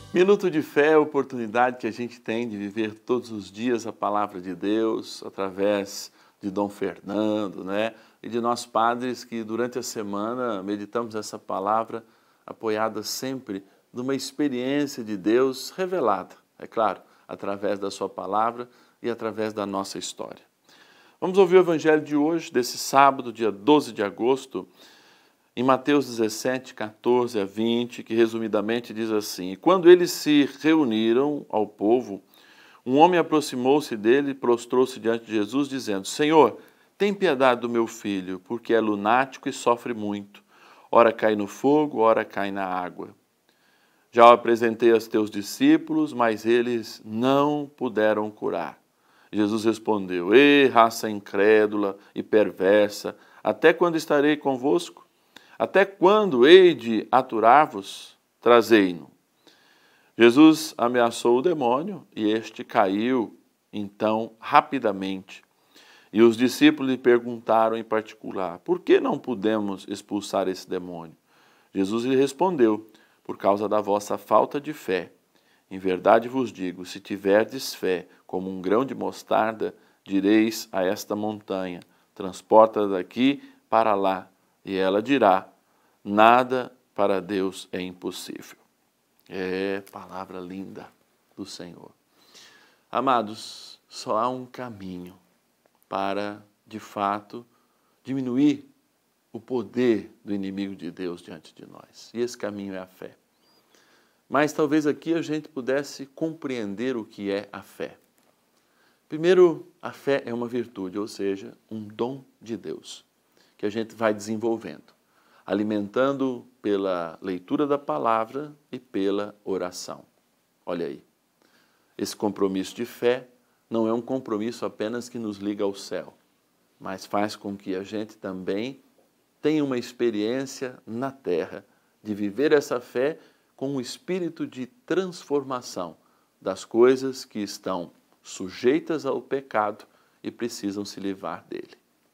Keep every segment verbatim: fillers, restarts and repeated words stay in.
Minuto de fé é a oportunidade que a gente tem de viver todos os dias a palavra de Deus, através de Dom Fernando, né? E de nós padres que durante a semana meditamos essa palavra apoiada sempre numa experiência de Deus revelada, é claro, através da sua palavra e através da nossa história. Vamos ouvir o evangelho de hoje, desse sábado, dia doze de agosto, em Mateus dezessete, quatorze a vinte, que resumidamente diz assim: E quando eles se reuniram ao povo, um homem aproximou-se dele e prostrou-se diante de Jesus, dizendo: Senhor, tem piedade do meu filho, porque é lunático e sofre muito. Ora cai no fogo, ora cai na água. Já o apresentei aos teus discípulos, mas eles não puderam curar. Jesus respondeu: Ê, raça incrédula e perversa, até quando estarei convosco? Até quando hei de aturar-vos? Trazei-no. Jesus ameaçou o demônio e este caiu, então, rapidamente. E os discípulos lhe perguntaram em particular: Por que não podemos expulsar esse demônio? Jesus lhe respondeu: Por causa da vossa falta de fé. Em verdade vos digo, se tiverdes fé como um grão de mostarda, direis a esta montanha: transporta daqui para lá. E ela dirá: nada para Deus é impossível. É palavra linda do Senhor. Amados, só há um caminho para, de fato, diminuir o poder do inimigo de Deus diante de nós. E esse caminho é a fé. Mas talvez aqui a gente pudesse compreender o que é a fé. Primeiro, a fé é uma virtude, ou seja, um dom de Deus, que a gente vai desenvolvendo, alimentando pela leitura da palavra e pela oração. Olha aí, esse compromisso de fé não é um compromisso apenas que nos liga ao céu, mas faz com que a gente também tenha uma experiência na terra de viver essa fé com um espírito de transformação das coisas que estão sujeitas ao pecado e precisam se livrar dele.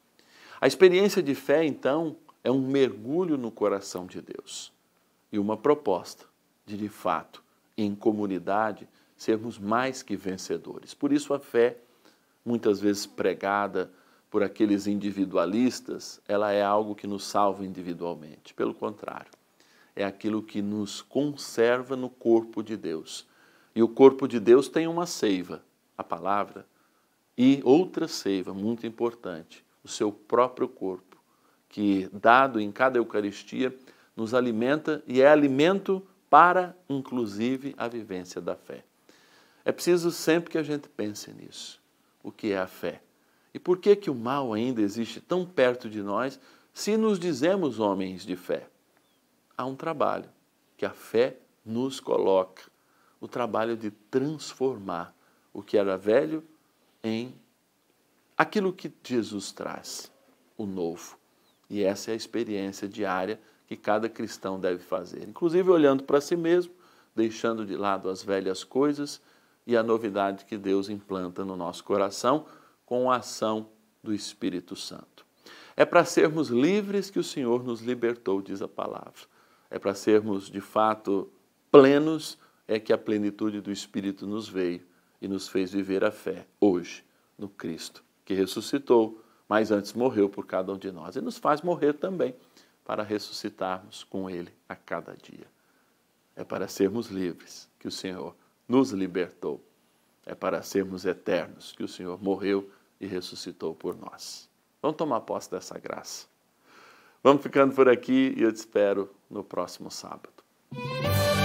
A experiência de fé, então, é um mergulho no coração de Deus e uma proposta de, de fato, em comunidade, sermos mais que vencedores. Por isso a fé, muitas vezes pregada por aqueles individualistas, ela é algo que nos salva individualmente. Pelo contrário, é aquilo que nos conserva no corpo de Deus. E o corpo de Deus tem uma seiva, a palavra, e outra seiva muito importante, o seu próprio corpo, que, dado em cada Eucaristia, nos alimenta e é alimento para, inclusive, a vivência da fé. É preciso sempre que a gente pense nisso. O que é a fé? E por que que o mal ainda existe tão perto de nós se nos dizemos homens de fé? Há um trabalho que a fé nos coloca, o trabalho de transformar o que era velho em aquilo que Jesus traz, o novo. E essa é a experiência diária que cada cristão deve fazer, inclusive olhando para si mesmo, deixando de lado as velhas coisas e a novidade que Deus implanta no nosso coração com a ação do Espírito Santo. É para sermos livres que o Senhor nos libertou, diz a palavra. É para sermos, de fato, plenos, é que a plenitude do Espírito nos veio e nos fez viver a fé hoje no Cristo, que ressuscitou, mas antes morreu por cada um de nós e nos faz morrer também para ressuscitarmos com Ele a cada dia. É para sermos livres que o Senhor nos libertou. É para sermos eternos que o Senhor morreu e ressuscitou por nós. Vamos tomar posse dessa graça. Vamos ficando por aqui e eu te espero no próximo sábado.